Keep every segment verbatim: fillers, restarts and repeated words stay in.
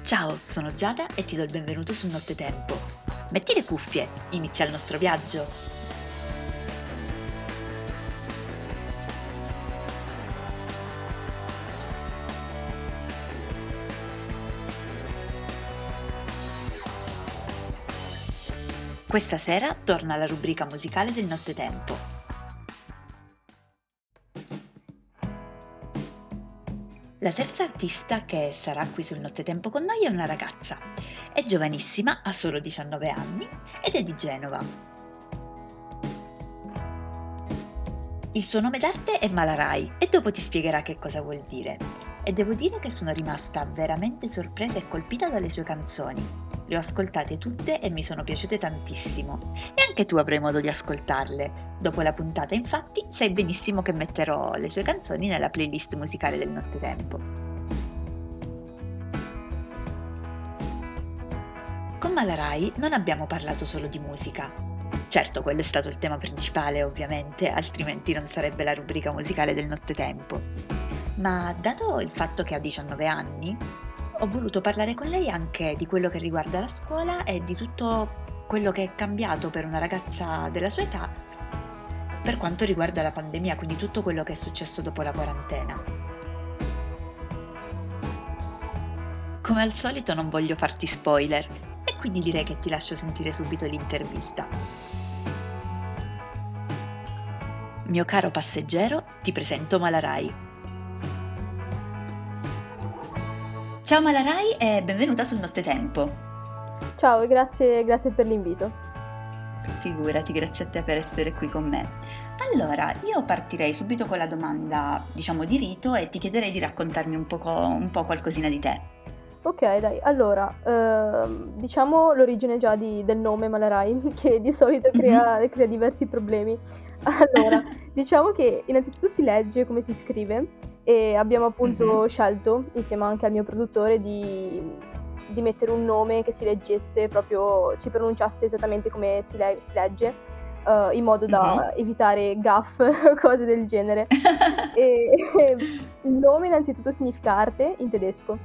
Ciao, sono Giada e ti do il benvenuto su Nottetempo. Metti le cuffie, inizia il nostro viaggio. Questa sera torna la rubrica musicale del Nottetempo. La terza artista che sarà qui sul Nottetempo con noi è una ragazza. È giovanissima, ha solo diciannove anni ed è di Genova. Il suo nome d'arte è Malarai e dopo ti spiegherà che cosa vuol dire. E devo dire che sono rimasta veramente sorpresa e colpita dalle sue canzoni. Le ho ascoltate tutte e mi sono piaciute tantissimo. E anche tu avrai modo di ascoltarle. Dopo la puntata, infatti, sai benissimo che metterò le sue canzoni nella playlist musicale del Nottetempo. Con Malarai non abbiamo parlato solo di musica. Certo, quello è stato il tema principale, ovviamente, altrimenti non sarebbe la rubrica musicale del Nottetempo. Ma dato il fatto che ha diciannove anni, ho voluto parlare con lei anche di quello che riguarda la scuola e di tutto quello che è cambiato per una ragazza della sua età per quanto riguarda la pandemia, quindi tutto quello che è successo dopo la quarantena. Come al solito non voglio farti spoiler e quindi direi che ti lascio sentire subito l'intervista. Mio caro passeggero, ti presento Malarai. Ciao Malarai e benvenuta sul Nottetempo. Ciao e grazie, grazie per l'invito. Figurati, grazie a te per essere qui con me. Allora, io partirei subito con la domanda, diciamo, di rito e ti chiederei di raccontarmi un po', un po' qualcosina di te. Ok, dai, allora, ehm, diciamo l'origine già di- del nome Malarai, che di solito crea, crea diversi problemi. Allora, diciamo che innanzitutto si legge come si scrive e abbiamo appunto Mhm. scelto, insieme anche al mio produttore, di, di mettere un nome che si leggesse proprio, si pronunciasse esattamente come si, le- si legge, eh, in modo da Mhm. evitare gaff o cose del genere. E, il nome innanzitutto significa arte in tedesco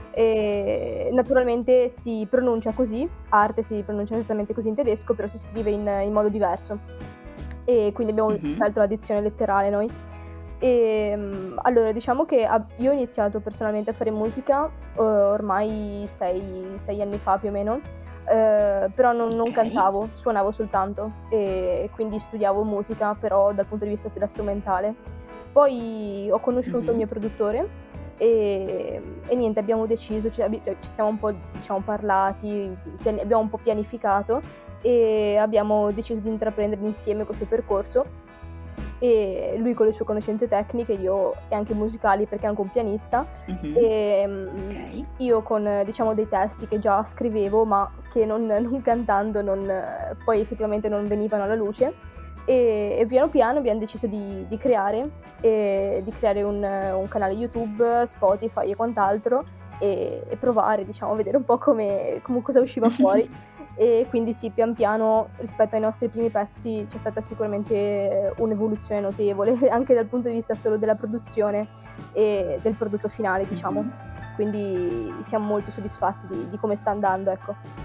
e naturalmente si pronuncia così, arte si pronuncia esattamente così in tedesco, però si scrive in, in modo diverso e quindi abbiamo Mhm. scelto la dizione letterale noi. E, mm, allora diciamo che ab- io ho iniziato personalmente a fare musica eh, ormai sei, sei anni fa più o meno, eh, però non, non Ok. cantavo, suonavo soltanto e quindi studiavo musica però dal punto di vista della strumentale. Poi ho conosciuto il Mhm. mio produttore e, e niente, abbiamo deciso, cioè, abbi- ci siamo un po' diciamo parlati, piani- abbiamo un po' pianificato e abbiamo deciso di intraprendere insieme questo percorso e lui con le sue conoscenze tecniche, io e anche musicali perché è anche un pianista Mhm. e mm, Ok. io con eh, diciamo dei testi che già scrivevo ma che non, non cantando non, eh, poi effettivamente non venivano alla luce e, e piano piano abbiamo deciso di, di creare e di creare un, un canale YouTube, Spotify e quant'altro e, e provare diciamo a vedere un po' come, come cosa usciva fuori. E quindi sì, pian piano rispetto ai nostri primi pezzi c'è stata sicuramente un'evoluzione notevole, anche dal punto di vista solo della produzione e del prodotto finale, diciamo. Mhm. Quindi siamo molto soddisfatti di, di come sta andando, ecco.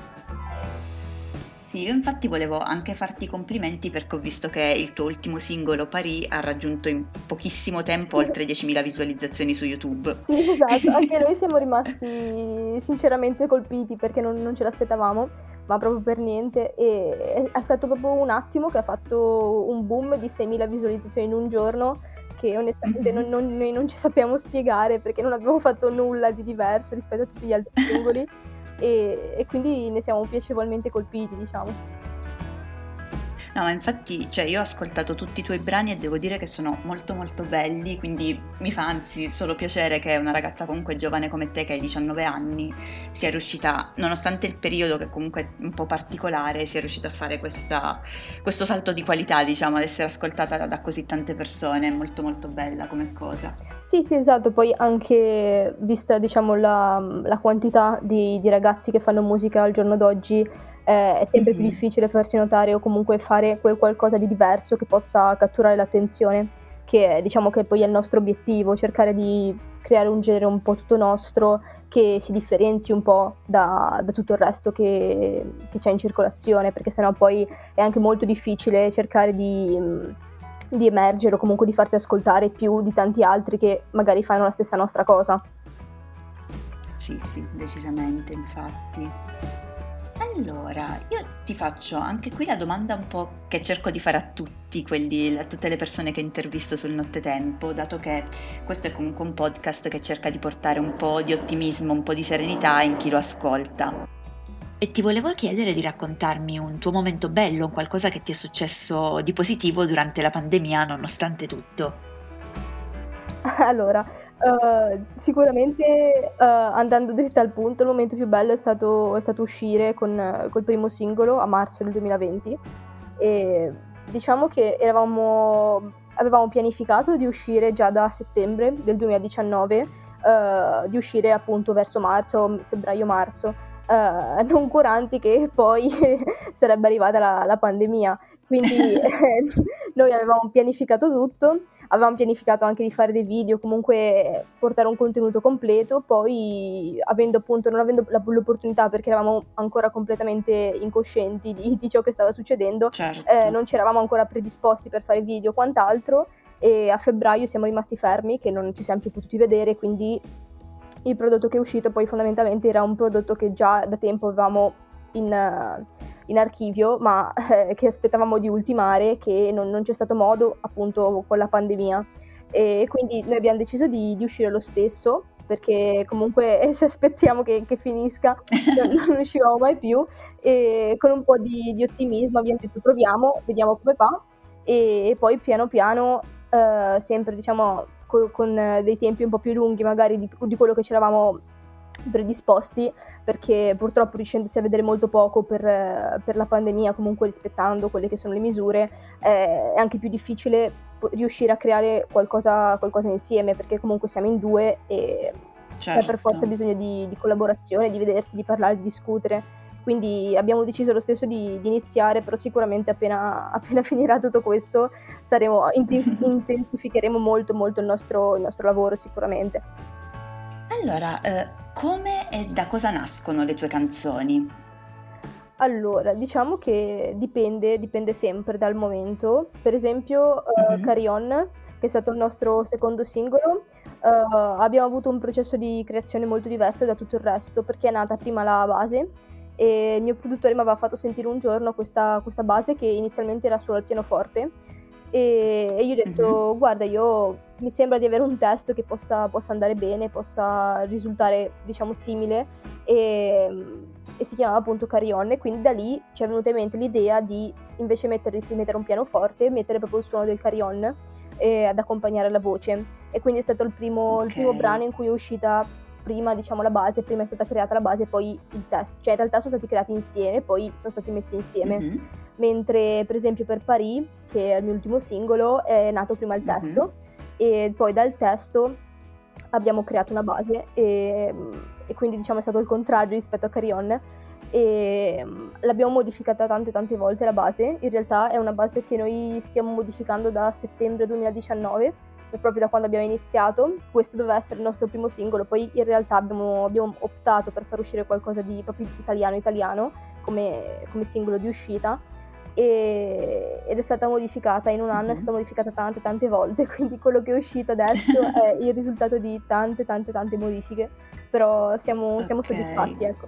Sì, io infatti volevo anche farti i complimenti perché ho visto che il tuo ultimo singolo, Parì, ha raggiunto in pochissimo tempo oltre diecimila visualizzazioni su YouTube. Sì, esatto, anche noi siamo rimasti sinceramente colpiti perché non, non ce l'aspettavamo, ma proprio per niente. E è stato proprio un attimo che ha fatto un boom di seimila visualizzazioni in un giorno che onestamente Mhm. non, non- noi non ci sappiamo spiegare perché non abbiamo fatto nulla di diverso rispetto a tutti gli altri singoli e, e quindi ne siamo piacevolmente colpiti, diciamo. No, ma infatti, cioè, io ho ascoltato tutti i tuoi brani e devo dire che sono molto molto belli, quindi mi fa anzi solo piacere che una ragazza comunque giovane come te, che hai diciannove anni, sia riuscita, nonostante il periodo che comunque è un po' particolare, sia riuscita a fare questa, questo salto di qualità, diciamo, ad essere ascoltata da, da così tante persone, è molto molto bella come cosa. Sì, sì, esatto, poi anche vista, diciamo, la, la quantità di, di ragazzi che fanno musica al giorno d'oggi, eh, è sempre più Mhm. difficile farsi notare o comunque fare quel qualcosa di diverso che possa catturare l'attenzione, che è, diciamo che poi è il nostro obiettivo, cercare di creare un genere un po' tutto nostro, che si differenzi un po' da, da tutto il resto che, che c'è in circolazione, perché sennò poi è anche molto difficile cercare di, di emergere o comunque di farsi ascoltare più di tanti altri che magari fanno la stessa nostra cosa. Sì, sì, decisamente, infatti. Allora, io ti faccio anche qui la domanda un po' che cerco di fare a tutti quelli, a tutte le persone che intervisto sul Nottetempo, dato che questo è comunque un podcast che cerca di portare un po' di ottimismo, un po' di serenità in chi lo ascolta. E ti volevo chiedere di raccontarmi un tuo momento bello, qualcosa che ti è successo di positivo durante la pandemia, nonostante tutto. Allora, uh, sicuramente uh, andando dritta al punto, il momento più bello è stato, è stato uscire con, col primo singolo a marzo del duemilaventi e diciamo che eravamo, avevamo pianificato di uscire già da settembre del duemiladiciannove, uh, di uscire appunto verso marzo, febbraio-marzo, uh, non curanti che poi sarebbe arrivata la, la pandemia. Quindi eh, noi avevamo pianificato tutto, avevamo pianificato anche di fare dei video, comunque portare un contenuto completo, poi avendo appunto, non avendo la, l'opportunità perché eravamo ancora completamente incoscienti di, di ciò che stava succedendo, Certo. eh, non ci eravamo ancora predisposti per fare video o quant'altro e a febbraio siamo rimasti fermi, che non ci siamo più potuti vedere, quindi il prodotto che è uscito poi fondamentalmente era un prodotto che già da tempo avevamo in, in archivio, ma eh, che aspettavamo di ultimare, che non, non c'è stato modo appunto con la pandemia. E quindi noi abbiamo deciso di, di uscire lo stesso, perché comunque se aspettiamo che, che finisca non, non uscivamo mai più, e con un po' di, di ottimismo abbiamo detto proviamo, vediamo come va, e, e poi piano piano, eh, sempre diciamo co- con dei tempi un po' più lunghi magari di, di quello che ci eravamo predisposti, perché purtroppo riuscendosi a vedere molto poco per, per la pandemia, comunque rispettando quelle che sono le misure, eh, è anche più difficile riuscire a creare qualcosa, qualcosa insieme, perché comunque siamo in due e Certo. c'è per forza bisogno di, di collaborazione, di vedersi, di parlare, di discutere. Quindi abbiamo deciso lo stesso di, di iniziare, però sicuramente appena, appena finirà tutto questo saremo, intensificheremo molto molto il nostro, il nostro lavoro sicuramente. Allora, eh, come e da cosa nascono le tue canzoni? Allora, diciamo che dipende, dipende sempre dal momento. Per esempio, uh, Mhm. Carry On, che è stato il nostro secondo singolo, uh, abbiamo avuto un processo di creazione molto diverso da tutto il resto, perché è nata prima la base e il mio produttore mi aveva fatto sentire un giorno questa, questa base che inizialmente era solo al pianoforte e, e io ho detto, Mhm. guarda, io mi sembra di avere un testo che possa, possa andare bene, possa risultare, diciamo, simile e, e si chiamava appunto Carry On, e quindi da lì ci è venuta in mente l'idea di invece mettere, di mettere un pianoforte, mettere proprio il suono del Carry On e ad accompagnare la voce, e quindi è stato il primo, il primo Ok. brano in cui è uscita prima, diciamo, la base, prima è stata creata la base e poi il testo, cioè in realtà sono stati creati insieme, poi sono stati messi insieme. Mhm. Mentre per esempio per Paris, che è il mio ultimo singolo, è nato prima il Mhm. testo e poi dal testo abbiamo creato una base e, e quindi diciamo è stato il contrario rispetto a Carry On, e l'abbiamo modificata tante tante volte la base. In realtà è una base che noi stiamo modificando da settembre duemiladiciannove, proprio da quando abbiamo iniziato. Questo doveva essere il nostro primo singolo, poi in realtà abbiamo, abbiamo optato per far uscire qualcosa di proprio italiano italiano come, come singolo di uscita, e, ed è stata modificata in un anno, è stata modificata tante tante volte, quindi quello che è uscito adesso è il risultato di tante tante tante modifiche, però siamo, siamo Ok. soddisfatti, ecco.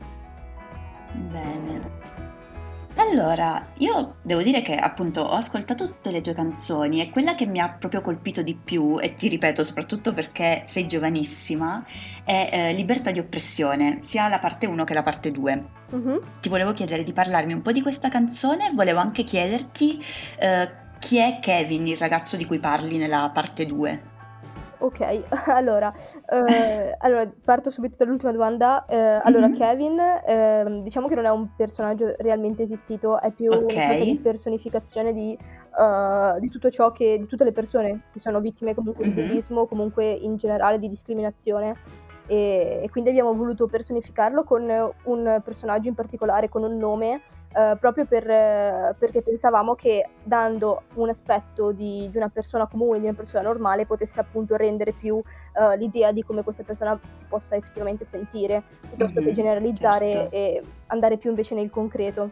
Bene. Allora, io devo dire che appunto ho ascoltato tutte le tue canzoni e quella che mi ha proprio colpito di più, e ti ripeto soprattutto perché sei giovanissima, è eh, Libertà di oppressione, sia la parte uno che la parte due. Mhm. Ti volevo chiedere di parlarmi un po' di questa canzone, volevo anche chiederti eh, chi è Kevin, il ragazzo di cui parli nella parte due. Ok, allora, eh, allora parto subito dall'ultima domanda. Eh, allora, Mhm. Kevin, ehm, diciamo che non è un personaggio realmente esistito, è più Ok. una sorta di personificazione di, eh, di tutto ciò che, di tutte le persone che sono vittime comunque di Mhm. bullismo, comunque in generale di discriminazione. E, e quindi abbiamo voluto personificarlo con un personaggio in particolare, con un nome, eh, proprio per, eh, perché pensavamo che dando un aspetto di, di una persona comune, di una persona normale, potesse appunto rendere più uh, l'idea di come questa persona si possa effettivamente sentire, piuttosto che Mh-mh, generalizzare certo. e andare più invece nel concreto.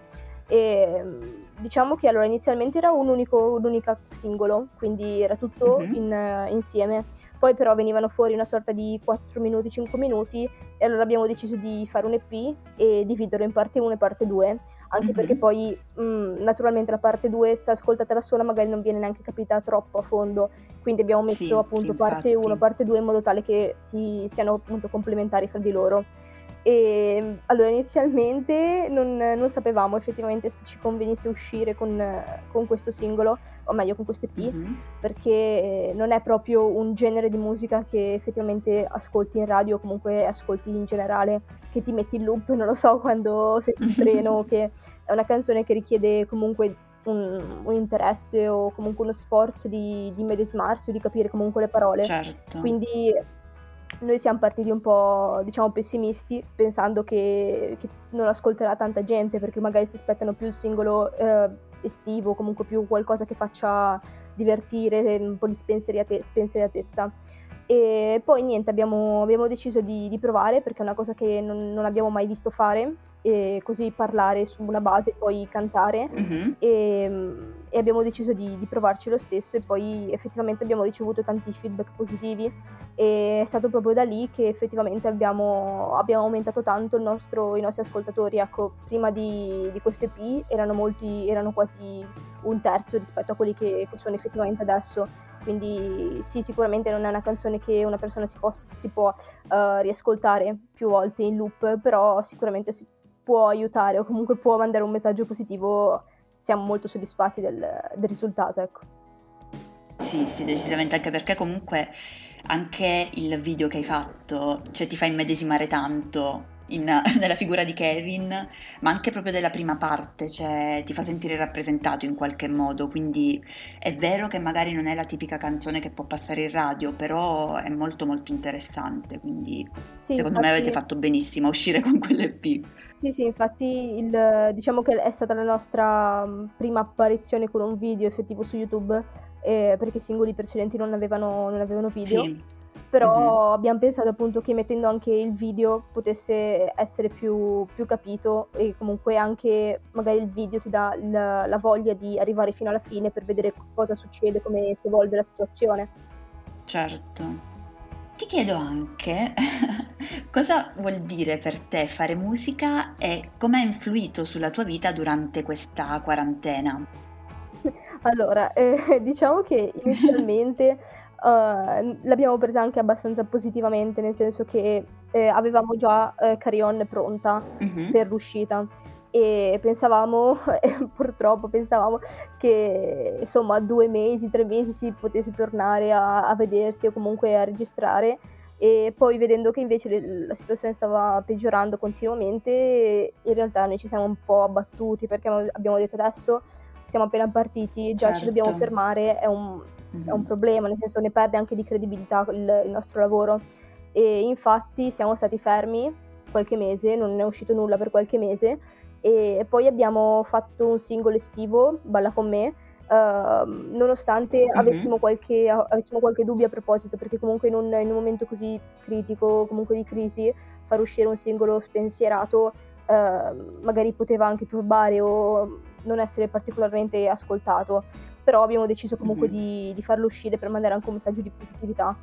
E diciamo che allora inizialmente era un unico un'unica singolo, quindi era tutto Mh-mh. in insieme. Poi però venivano fuori una sorta di quattro minuti, cinque minuti e allora abbiamo deciso di fare un E P e dividerlo in parte uno e parte due, anche perché Mh-mh. poi, mhmm, naturalmente la parte due se ascoltata da sola magari non viene neanche capita troppo a fondo, quindi abbiamo messo Sì, sì, appunto parte uno, infatti. parte due in modo tale che si siano appunto complementari fra di loro. Ehm, allora inizialmente non non sapevamo effettivamente se ci convenisse uscire con con questo singolo, o meglio con questo E P, Mh-mh. perché non è proprio un genere di musica che effettivamente ascolti in radio o comunque ascolti in generale, che ti metti in loop, non lo so, quando sei sul treno, che è una canzone che richiede comunque un un interesse o comunque uno sforzo di di immedesimarsi o di capire comunque le parole. Certo. Quindi noi siam partiti un po', diciamo, pessimisti, pensando che che non ascolterà tanta gente, perché magari si aspettano più il singolo, ehm, estivo, comunque più qualcosa che faccia divertire, un po' di spensierate spensieratezza. E poi niente, abbiamo abbiamo deciso di di provare, perché è una cosa che non non abbiamo mai visto fare, e così parlare su una base e poi cantare. Mh-mh. Ehm, e abbiamo deciso di di provarci lo stesso e poi effettivamente abbiamo ricevuto tanti feedback positivi, e è stato proprio da lì che effettivamente abbiamo abbiamo aumentato tanto il nostro i nostri ascoltatori. Ecco, prima di di questo E P erano molti erano quasi un terzo rispetto a quelli che che sono effettivamente adesso. Quindi sì, sicuramente non è una canzone che una persona si pos si può, uhm, riascoltare più volte in loop, però sicuramente si può aiutare o comunque può mandare un messaggio positivo. Siamo molto soddisfatti del del risultato, ecco. Sì, sì, decisamente, anche perché comunque anche il video che hai fatto, cioè ti fa immedesimare tanto in nella figura di Kevin, ma anche proprio della prima parte, cioè ti fa sentire rappresentato in qualche modo, quindi è vero che magari non è la tipica canzone che può passare in radio, però è molto molto interessante, quindi Sì, secondo me avete infatti fatto benissimo a uscire con quell'E P. sì, sì, infatti il diciamo che è stata la nostra, mhmm, prima apparizione con un video effettivo su YouTube, ehm, perché i singoli precedenti non avevano non avevano video, Sì, mh-mh, però abbiam pensato appunto che mettendo anche il video potesse essere più più capito e comunque anche magari il video ti dà il la voglia di arrivare fino alla fine per vedere cosa succede, come si evolve la situazione. certo. Ti chiedo anche cosa vuol dire per te fare musica e come ha influito sulla tua vita durante questa quarantena? Allora, ehm, diciamo che inizialmente, uhm, l'abbiamo presa anche abbastanza positivamente, nel senso che, ehm, avevamo già, ehm, Carry On pronta Mh-mh. per l'uscita e pensavamo e purtroppo pensavamo che insomma a due mesi, tre mesi si potesse tornare a a vedersi o comunque a registrare, e poi vedendo che invece le la situazione stava peggiorando continuamente, in realtà noi ci siamo un po' abbattuti perché amo abbiamo detto: "Adesso siamo appena partiti, già ci dobbiamo Certo. fermare, è un è un Mh-mh. problema, nel senso ne perde anche di credibilità il il nostro lavoro." E infatti siamo stati fermi qualche mese, non è uscito nulla per qualche mese, e poi abbiamo fatto un singolo estivo, "Balla con me", uhm, nonostante Mh-mh. avessimo qualche a avessimo qualche dubbio a proposito, perché comunque in un in un momento così critico, comunque di crisi, far uscire un singolo spensierato, uhm, magari poteva anche turbare o non essere particolarmente ascoltato, però abbiamo deciso comunque Mh-mh. di di farlo uscire per mandare anche un messaggio di positività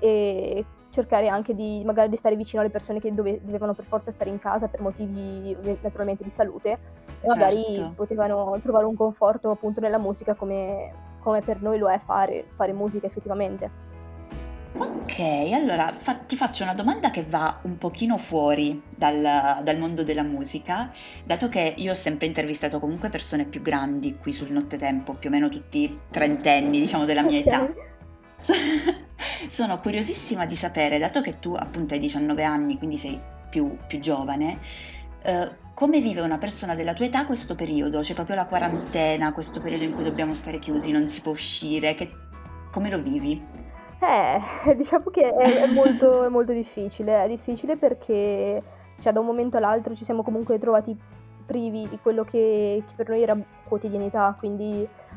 e cercare anche di magari di stare vicino alle persone che dove dovevano per forza stare in casa per motivi ovvia naturalmente di salute e magari Certo. potevano trovare un conforto appunto nella musica come come per noi lo è fare fare musica effettivamente. Okay, allora fa ti faccio una domanda che va un pochino fuori dal dal mondo della musica, dato che io ho sempre intervistato comunque persone più grandi qui sul Nottetempo, più o meno tutti trentenni, diciamo della mia Okay. età. So sono curiosissima di sapere, dato che tu appunto hai diciannove anni, quindi sei più più giovane, uhm, come vive una persona della tua età questo periodo? Cioè proprio la quarantena, questo periodo in cui dobbiamo stare chiusi, non si può uscire, che come lo vivi? Eh, diciamo che è è molto è molto difficile. È difficile perché, cioè da un momento all'altro ci siamo comunque trovati privi di quello che che per noi era quotidianità, quindi,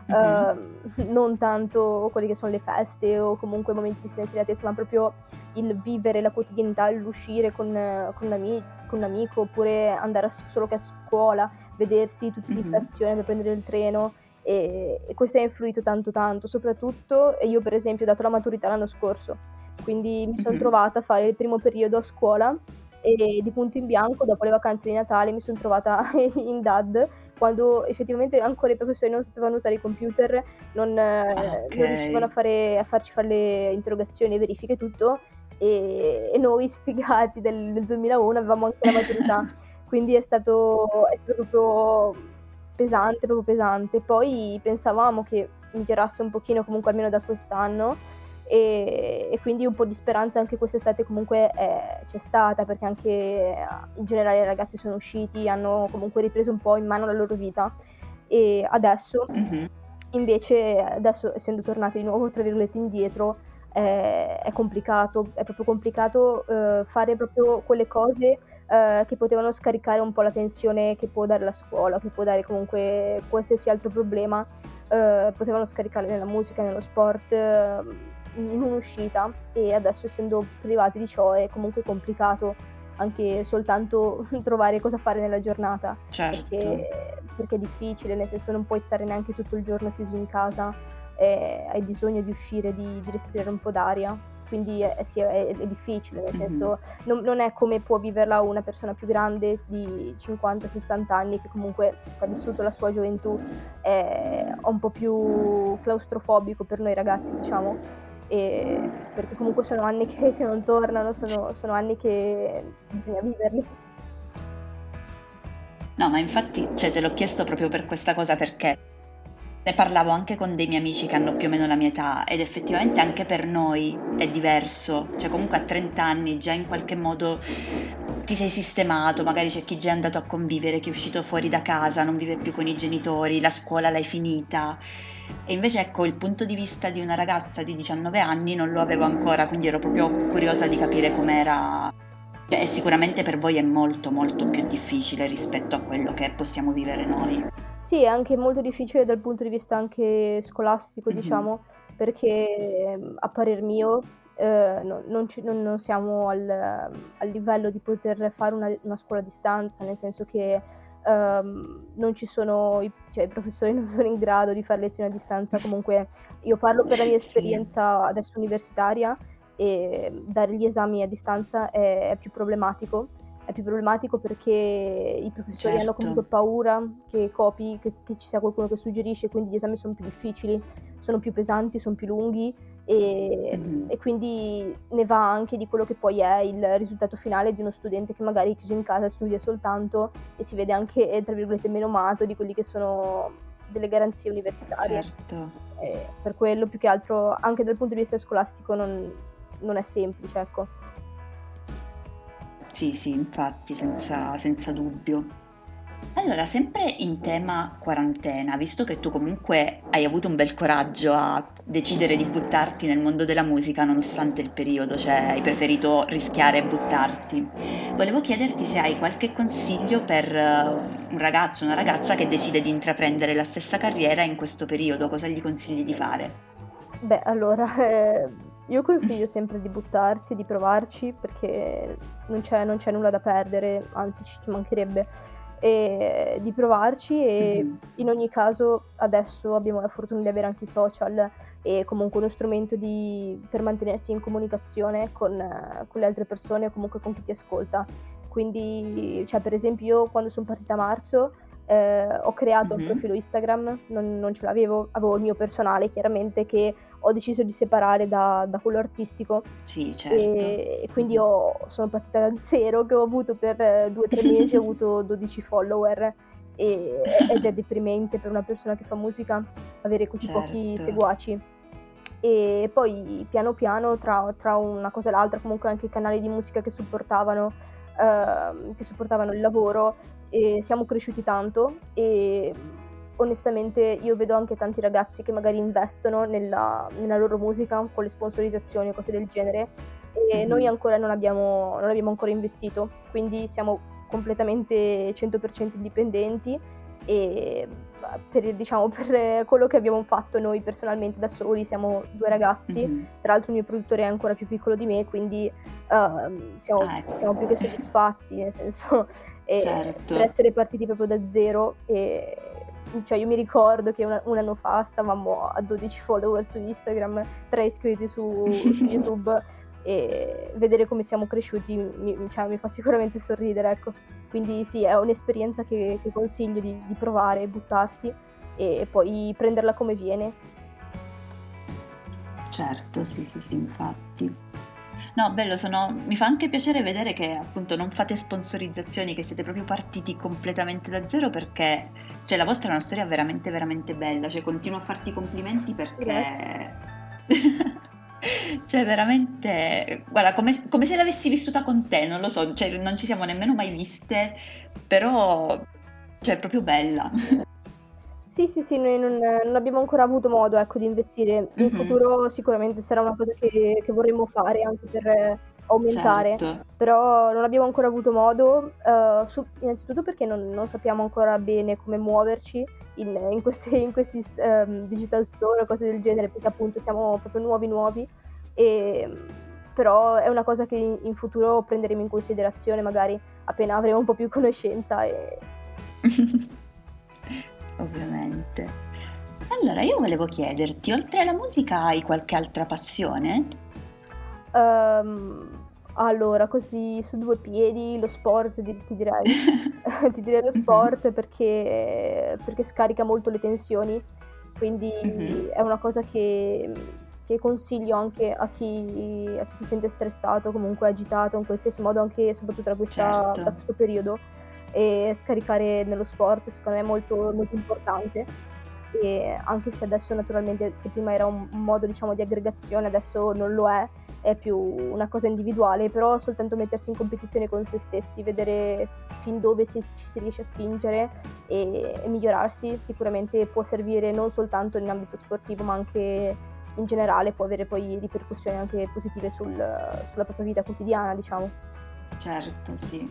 Mh-mh. uhm, non tanto quelle che son le feste o comunque momenti di spensieratezza, ma proprio il vivere la quotidianità, l'uscire con con l'ami con un amico, oppure andare a s solo che a scuola, vedersi tutti in Mh-mh. stazione per prendere il treno, e e questo ha influito tanto, tanto. Soprattutto e io per esempio ho dato la maturità l'anno scorso, quindi mi son Mh-mh. trovata a fare il primo periodo a scuola e di punto in bianco dopo le vacanze di Natale mi son trovata in D A D, quando effettivamente ancora i professori non sapevano usare i computer, non Ah, non riuscivano a okay. fare a farci fare le interrogazioni, verifiche e tutto, e e noi sfigati del del duemilauno avevamo anche la maturità. Quindi è stato è stato proprio pesante, proprio pesante. Poi pensavamo che migliorasse un pochino comunque almeno da quest'anno, e e quindi un po' di speranza anche quest'estate comunque, ehm, c'è stata, perché anche a in generale i ragazzi sono usciti, hanno comunque ripreso un po' in mano la loro vita. E adesso Mh-mh. invece adesso essendo tornati di nuovo tra virgolette "indietro", ehm, è complicato, è proprio complicato, uhm, fare proprio quelle cose, uhm, che potevano scaricare un po' la tensione che può dare la scuola, che può dare comunque qualsiasi altro problema, uhm, potevano scaricarle nella musica, nello sport, mhmm, in un'uscita, e adesso essendo privati di ciò è comunque complicato anche soltanto trovare cosa fare nella giornata, Certo. perché perché è difficile, nel senso non puoi stare neanche tutto il giorno chiuso in casa, e hai bisogno di uscire, di di respirare un po' d'aria. Quindi eh sì, è è difficile, nel Mh-mh. senso non non è come può viverla una persona più grande di cinquanta, sessanta anni che comunque se ha vissuto la sua gioventù è un po' più claustrofobico per noi ragazzi, diciamo, ehm, perché comunque sono anni che che non tornano, sono sono anni che bisogna viverli. No, ma infatti, cioè te l'ho chiesto proprio per questa cosa, perché ne parlavo anche con dei miei amici che hanno più o meno la mia età ed effettivamente anche per noi è diverso. Cioè comunque a trenta anni già in qualche modo ti sei sistemato, magari c'è chi già è andato a convivere, chi è uscito fuori da casa, non vive più con i genitori, la scuola l'hai finita. E invece ecco, il punto di vista di una ragazza di diciannove anni non lo avevo ancora, quindi ero proprio curiosa di capire com'era. Cioè, e sicuramente per voi è molto, molto più difficile rispetto a quello che possiamo vivere noi. Sì, è anche molto difficile dal punto di vista anche scolastico, Mh-mh. diciamo, perché, mhmm, a parer mio, ehm, no non ci non non siamo al al livello di poter fare una una scuola a distanza, nel senso che, ehm, non ci sono i cioè i professori non sono in grado di fare lezioni a distanza. Comunque io parlo per la mia Sì, esperienza adesso universitaria, e dare gli esami a distanza è è più problematico. È più problematico perché i professori hanno certo. comunque paura che copi, che che ci sia qualcuno che suggerisce, quindi gli esami son più difficili, sono più pesanti, son più lunghi, ehm, Mh-mh. e quindi ne va anche di quello che poi è il risultato finale di uno studente che magari è chiuso in casa studia soltanto e si vede anche, tra virgolette, "menomato" di quelli che sono delle garanzie universitarie. Certo. Ehm, per quello più che altro, anche dal punto di vista scolastico non non è semplice, ecco. Sì, sì, infatti, senza senza dubbio. Allora, sempre in tema quarantena, visto che tu comunque hai avuto un bel coraggio a decidere di buttarti nel mondo della musica nonostante il periodo, cioè hai preferito rischiare e buttarti. Volevo chiederti se hai qualche consiglio per eh, un ragazzo o una ragazza che decide di intraprendere la stessa carriera in questo periodo, cosa gli consigli di fare? Beh, allora, ehm, io consiglio sempre di buttarsi, di provarci, perché non c'è non c'è nulla da perdere, anzi ci mancherebbe, ehm, di provarci. E Mh-mh. in ogni caso adesso abbiamo la fortuna di avere anche i social e comunque uno strumento di per mantenersi in comunicazione con eh, con le altre persone o comunque con chi ti ascolta. Quindi, cioè per esempio io quando son partita a marzo, ehm, ho creato un Mh-mh. profilo Instagram, non non ce l'avevo, avevo il mio personale chiaramente, che ho deciso di separare da da quello artistico, Sì, certo. ehm, e quindi Mh-mh. ho sono partita da zero, che ho avuto per due, tre mesi ho avuto dodici follower, e ed è deprimente per una persona che fa musica avere così pochi Certo. seguaci. E poi piano piano tra tra una cosa e l'altra, comunque anche i canali di musica che supportavano uhm, che supportavano il lavoro, e siamo cresciuti tanto, e, mhmm, onestamente io vedo anche tanti ragazzi che magari investono nella nella loro musica con le sponsorizzazioni o cose del genere, e noi Mh-mh. ancora non abbiamo non abbiamo ancora investito, quindi siamo completamente cento per cento indipendenti, e per diciamo, per quello che abbiamo fatto noi personalmente da soli, siamo due ragazzi, Mh-mh. tra l'altro il mio produttore è ancora più piccolo di me, quindi, uhm, siamo Ah, ecco. siamo più che soddisfatti, nel senso, ehm, per Certo. essere partiti proprio da zero, ehm, cioè io mi ricordo che un un anno fa stavamo a dodici follower su Instagram, tre iscritti su su YouTube, e vedere come siamo cresciuti mi cioè mi fa sicuramente sorridere, ecco. Quindi sì, è un'esperienza che che consiglio di di provare, buttarsi e poi prenderla come viene. Certo, sì, sì, sì, infatti. No, bello, sono mi fa anche piacere vedere che appunto non fate sponsorizzazioni, che siete proprio partiti completamente da zero perché, cioè, la vostra è una storia veramente, veramente bella, cioè continuo a farti i complimenti Grazie. perché cioè veramente, guarda, come, come se l'avessi vissuta con te, non lo so, cioè non ci siamo nemmeno mai viste, però, cioè, è proprio bella. Sì, sì, sì, noi non non abbiamo ancora avuto modo, ecco, di investire. In Mhm, futuro sicuramente sarà una cosa che che vorremmo fare anche per aumentare, certo, però non abbiamo ancora avuto modo, uhm, su innanzitutto perché non non sappiamo ancora bene come muoverci in in questi in questi s ehm, digital store o cose del genere, perché appunto siamo proprio nuovi, nuovi, ehm, però è una cosa che in in futuro prenderemo in considerazione, magari appena avremo un po' più conoscenza e ovviamente. Allora, io volevo chiederti, oltre alla musica hai qualche altra passione? Uhm, allora così su due piedi lo sport di ti direi. Ti direi lo Mh-mh, sport perché perché scarica molto le tensioni, quindi mh-mh, è una cosa che mhmm, che consiglio anche a chi a chi si sente stressato, comunque agitato in qualsiasi modo, anche e soprattutto da questa da certo. questo periodo, ehm, scaricare nello sport secondo me è molto molto importante. E anche se adesso naturalmente se prima era un un modo diciamo di aggregazione, adesso non lo è, è più una cosa individuale, però soltanto mettersi in competizione con se stessi, vedere fin dove si ci si riesce a spingere e e migliorarsi sicuramente può servire non soltanto in ambito sportivo, ma anche in generale, può avere poi ripercussioni anche positive sul sulla propria vita quotidiana, diciamo. Certo, sì.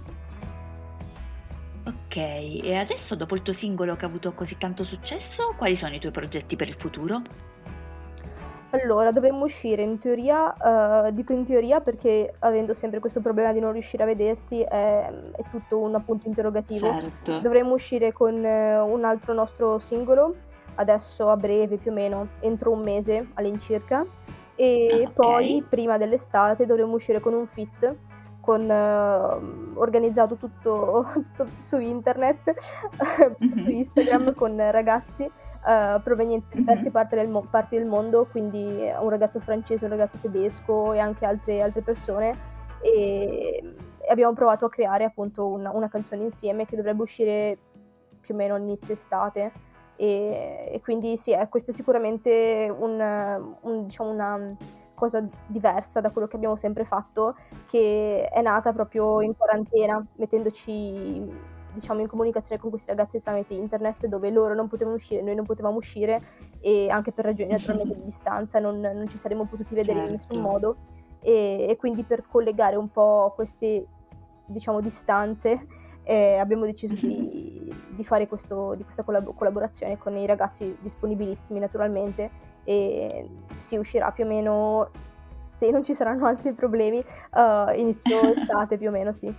Okay, e adesso dopo il tuo singolo che ha avuto così tanto successo, quali sono i tuoi progetti per il futuro? Allora, dovremmo uscire in teoria, uhm, dico in teoria perché avendo sempre questo problema di non riuscire a vedersi è mhmm, è tutto un punto interrogativo. Certo. Dovremmo uscire con eh, un altro nostro singolo, adesso a breve più o meno, entro un mese all'incirca, Ah, e okay. poi prima dell'estate dovremmo uscire con un feat, con mhmm, organizzato tutto tutto su internet, su Mh-mh. Instagram con ragazzi uhm, provenienti da Mh-mh. diverse parte del mo parti del mondo, quindi eh, un ragazzo francese, un ragazzo tedesco e anche altre altre persone, ehm, e abbiamo provato a creare appunto una una canzone insieme che dovrebbe uscire più o meno all'inizio estate, ehm, e quindi sì, eh, questo è sicuramente un un diciamo una cosa diversa da quello che abbiamo sempre fatto, che è nata proprio in quarantena, mettendoci diciamo in comunicazione con questi ragazzi tramite internet, dove loro non potevano uscire, noi non potevamo uscire e anche per ragioni naturalmente di distanza non non ci saremmo potuti vedere in nessun Certo. modo, e e quindi per collegare un po' queste, diciamo, distanze, ehm, abbiamo deciso di di fare questo di questa collab collaborazione con i ragazzi disponibilissimi naturalmente, e sì, uscirà più o meno, se non ci saranno altri problemi, uhm, inizio estate più o meno, sì.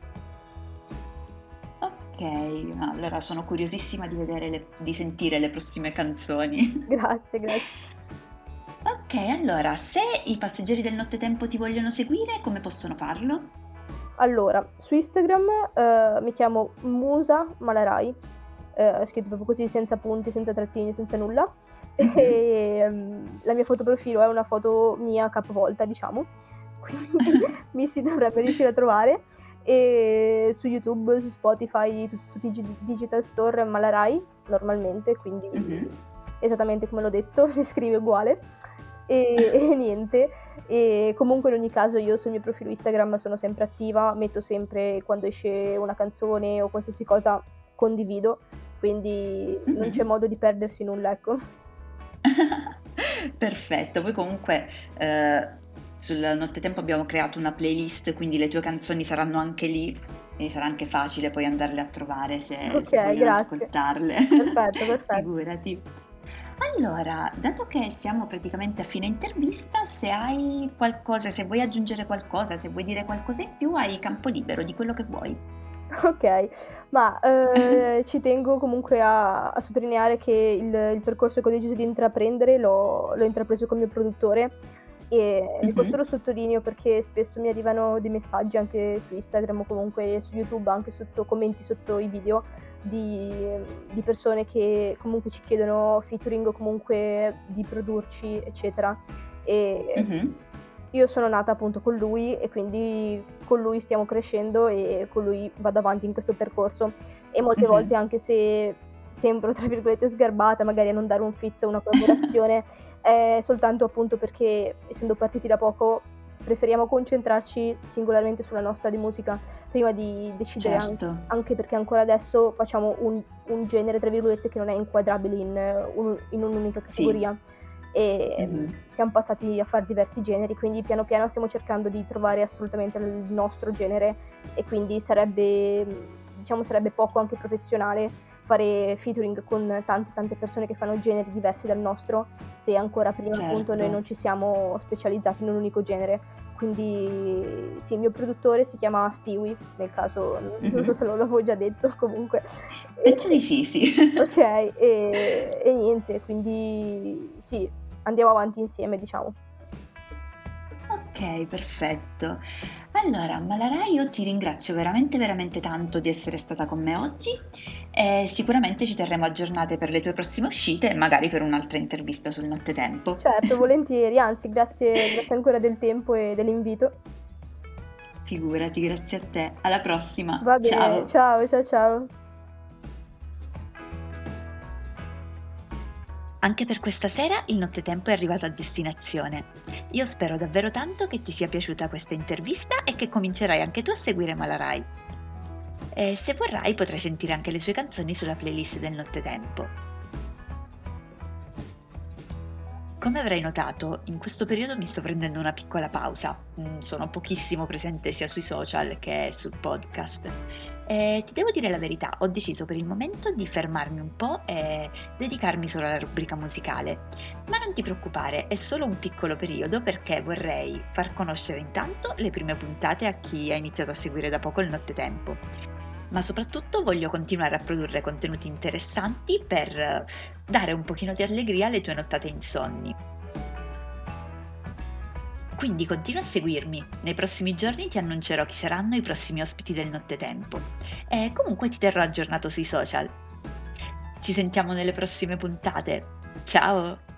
Okay, no, allora sono curiosissima di vedere le di sentire le prossime canzoni. Grazie, grazie. Okay, allora se i passeggeri del nottetempo ti vogliono seguire, come possono farlo? Allora, su Instagram, uhm, mi chiamo Musa Malarai, ehm, scritto proprio così, senza punti, senza trattini, senza nulla. Mh-mh. Ehm, la mia foto profilo è una foto mia capovolta, diciamo, quindi mi si dovrebbe riuscire a trovare. E su YouTube, su Spotify, tu tutti i gi digital store Malarai, normalmente, quindi Mh-mh. esattamente come l'ho detto, si scrive uguale. E e niente, e comunque in ogni caso io sul mio profilo Instagram sono sempre attiva, metto sempre quando esce una canzone o qualsiasi cosa condivido, quindi non Mh-mh. c'è modo di perdersi nulla, ecco. Perfetto, poi comunque, ehm, sul nottetempo abbiamo creato una playlist, quindi le tue canzoni saranno anche lì e sarà anche facile poi andarle a trovare se, se Ok, vogliono grazie. ascoltarle. Perfetto, perfetto. Figurati. Allora, dato che siamo praticamente a fine intervista, se hai qualcosa, se vuoi aggiungere qualcosa, se vuoi dire qualcosa in più, hai campo libero di quello che vuoi. Ok, ma eh, ci tengo comunque a, a sottolineare che il, il percorso che ho deciso di intraprendere l'ho, l'ho intrapreso con il mio produttore e, e questo Mhm. lo sottolineo perché spesso mi arrivano dei messaggi anche su Instagram o comunque su YouTube, anche sotto commenti sotto i video di, di persone che comunque ci chiedono featuring o comunque di produrci, eccetera. E Mhm. io sono nata appunto con lui e quindi con lui stiamo crescendo e con lui vado avanti in questo percorso e molte volte Mhm. anche se sembro tra virgolette sgarbata magari a non dare un fit, una collaborazione, è soltanto appunto perché essendo partiti da poco preferiamo concentrarci singolarmente sulla nostra di musica prima di decidere an- Certo. anche perché ancora adesso facciamo un, un genere tra virgolette che non è inquadrabile in, eh, un- in un'unica Sì. categoria e Mhm. siamo passati a fare diversi generi, quindi piano piano stiamo cercando di trovare assolutamente il nostro genere e quindi sarebbe, diciamo, sarebbe poco anche professionale fare featuring con tante tante persone che fanno generi diversi dal nostro se ancora prima appunto noi Certo. non ci siamo specializzati in un unico genere. Quindi sì, il mio produttore si chiama Stewie, nel caso non so Mhm. se lo l'avevo già detto comunque. Penso di E- sì, sì. Ok, e, e niente, quindi sì, andiamo avanti insieme, diciamo. Ok, perfetto. Allora, Malarai, io ti ringrazio veramente, veramente tanto di essere stata con me oggi e sicuramente ci terremo aggiornate per le tue prossime uscite e magari per un'altra intervista sul Nottetempo. Certo, volentieri, anzi, grazie, grazie ancora del tempo e dell'invito. Figurati, grazie a te. Alla prossima. Va bene, Ciao. ciao, ciao, ciao. Anche per questa sera il Nottetempo è arrivato a destinazione. Io spero davvero tanto che ti sia piaciuta questa intervista e che comincerai anche tu a seguire Malarai. E se vorrai potrai sentire anche le sue canzoni sulla playlist del Nottetempo. Come avrai notato, in questo periodo mi sto prendendo una piccola pausa. Mm, Sono pochissimo presente sia sui social che sul podcast. E ti devo dire la verità, ho deciso per il momento di fermarmi un po' e dedicarmi solo alla rubrica musicale. Ma non ti preoccupare, è solo un piccolo periodo perché vorrei far conoscere intanto le prime puntate a chi ha iniziato a seguire da poco il Nottetempo. Ma soprattutto voglio continuare a produrre contenuti interessanti per eh, dare un pochino di allegria alle tue nottate insonni. Quindi continua a seguirmi, nei prossimi giorni ti annuncerò chi saranno i prossimi ospiti del Nottetempo e comunque ti terrò aggiornato sui social. Ci sentiamo nelle prossime puntate. Ciao!